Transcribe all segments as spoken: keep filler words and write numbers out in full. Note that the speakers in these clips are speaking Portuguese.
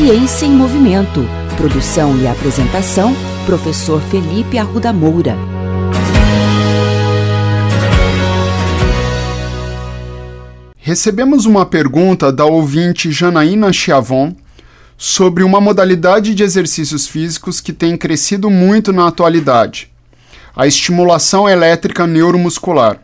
Ciência em Movimento. Produção e apresentação, professor Felipe Arruda Moura. Recebemos uma pergunta da ouvinte Janaína Chiavon sobre uma modalidade de exercícios físicos que tem crescido muito na atualidade: a estimulação elétrica neuromuscular.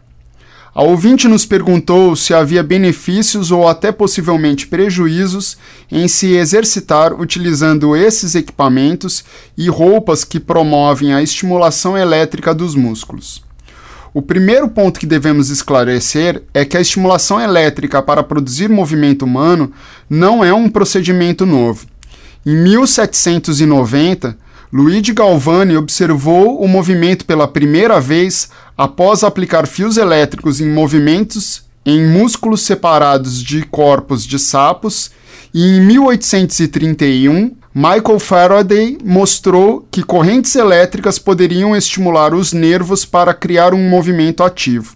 A ouvinte nos perguntou se havia benefícios ou até possivelmente prejuízos em se exercitar utilizando esses equipamentos e roupas que promovem a estimulação elétrica dos músculos. O primeiro ponto que devemos esclarecer é que a estimulação elétrica para produzir movimento humano não é um procedimento novo. Em mil setecentos e noventa, Luigi Galvani observou o movimento pela primeira vez após aplicar fios elétricos em movimentos em músculos separados de corpos de sapos, e em mil oitocentos e trinta e um, Michael Faraday mostrou que correntes elétricas poderiam estimular os nervos para criar um movimento ativo.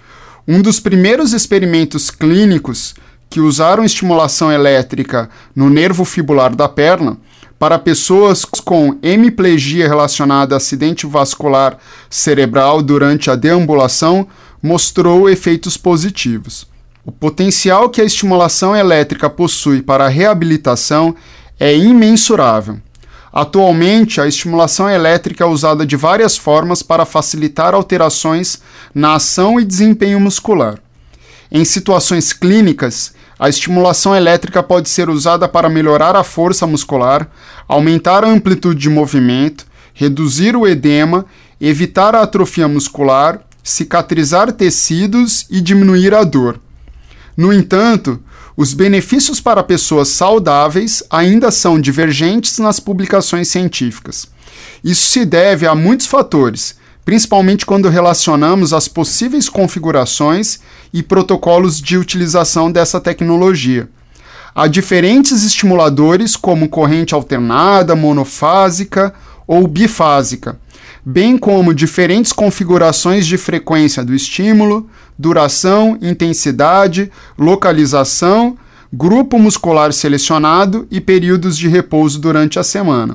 Um dos primeiros experimentos clínicos que usaram estimulação elétrica no nervo fibular da perna para pessoas com hemiplegia relacionada a acidente vascular cerebral durante a deambulação mostrou efeitos positivos. O potencial que a estimulação elétrica possui para a reabilitação é imensurável. Atualmente, a estimulação elétrica é usada de várias formas para facilitar alterações na ação e desempenho muscular. Em situações clínicas, a estimulação elétrica pode ser usada para melhorar a força muscular, aumentar a amplitude de movimento, reduzir o edema, evitar a atrofia muscular, cicatrizar tecidos e diminuir a dor. No entanto, os benefícios para pessoas saudáveis ainda são divergentes nas publicações científicas. Isso se deve a muitos fatores, principalmente quando relacionamos as possíveis configurações e protocolos de utilização dessa tecnologia. Há diferentes estimuladores, como corrente alternada, monofásica ou bifásica, bem como diferentes configurações de frequência do estímulo, duração, intensidade, localização, grupo muscular selecionado e períodos de repouso durante a semana.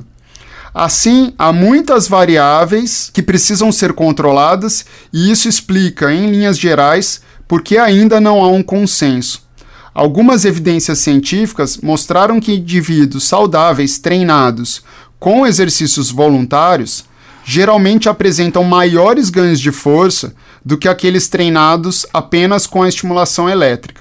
Assim, há muitas variáveis que precisam ser controladas, e isso explica, em linhas gerais, por que ainda não há um consenso. Algumas evidências científicas mostraram que indivíduos saudáveis treinados com exercícios voluntários geralmente apresentam maiores ganhos de força do que aqueles treinados apenas com a estimulação elétrica.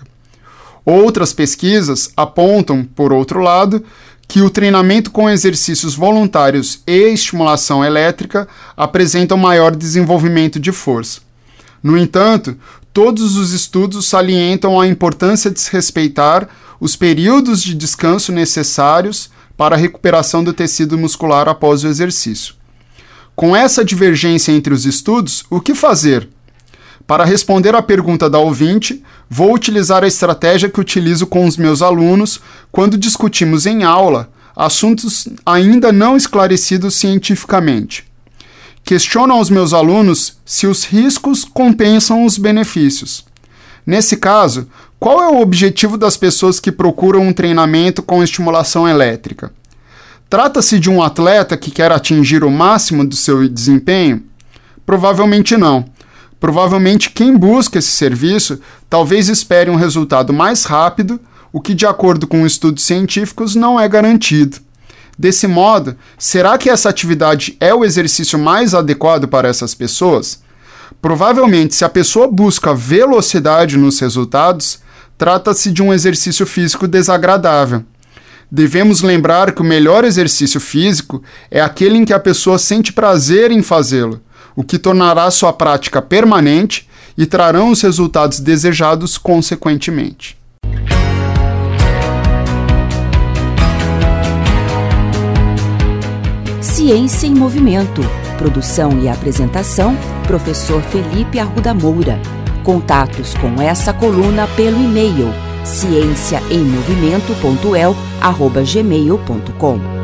Outras pesquisas apontam, por outro lado, que o treinamento com exercícios voluntários e estimulação elétrica apresentam maior desenvolvimento de força. No entanto, todos os estudos salientam a importância de se respeitar os períodos de descanso necessários para a recuperação do tecido muscular após o exercício. Com essa divergência entre os estudos, o que fazer? Para responder à pergunta da ouvinte, vou utilizar a estratégia que utilizo com os meus alunos quando discutimos em aula assuntos ainda não esclarecidos cientificamente. Questiono aos meus alunos se os riscos compensam os benefícios. Nesse caso, qual é o objetivo das pessoas que procuram um treinamento com estimulação elétrica? Trata-se de um atleta que quer atingir o máximo do seu desempenho? Provavelmente não. Provavelmente quem busca esse serviço talvez espere um resultado mais rápido, o que, de acordo com estudos científicos, não é garantido. Desse modo, será que essa atividade é o exercício mais adequado para essas pessoas? Provavelmente, se a pessoa busca velocidade nos resultados, trata-se de um exercício físico desagradável. Devemos lembrar que o melhor exercício físico é aquele em que a pessoa sente prazer em fazê-lo, o que tornará sua prática permanente e trarão os resultados desejados consequentemente. Ciência em Movimento. Produção e apresentação, professor Felipe Arruda Moura. Contatos com essa coluna pelo e-mail ciência em movimento ponto e l arroba gmail ponto com.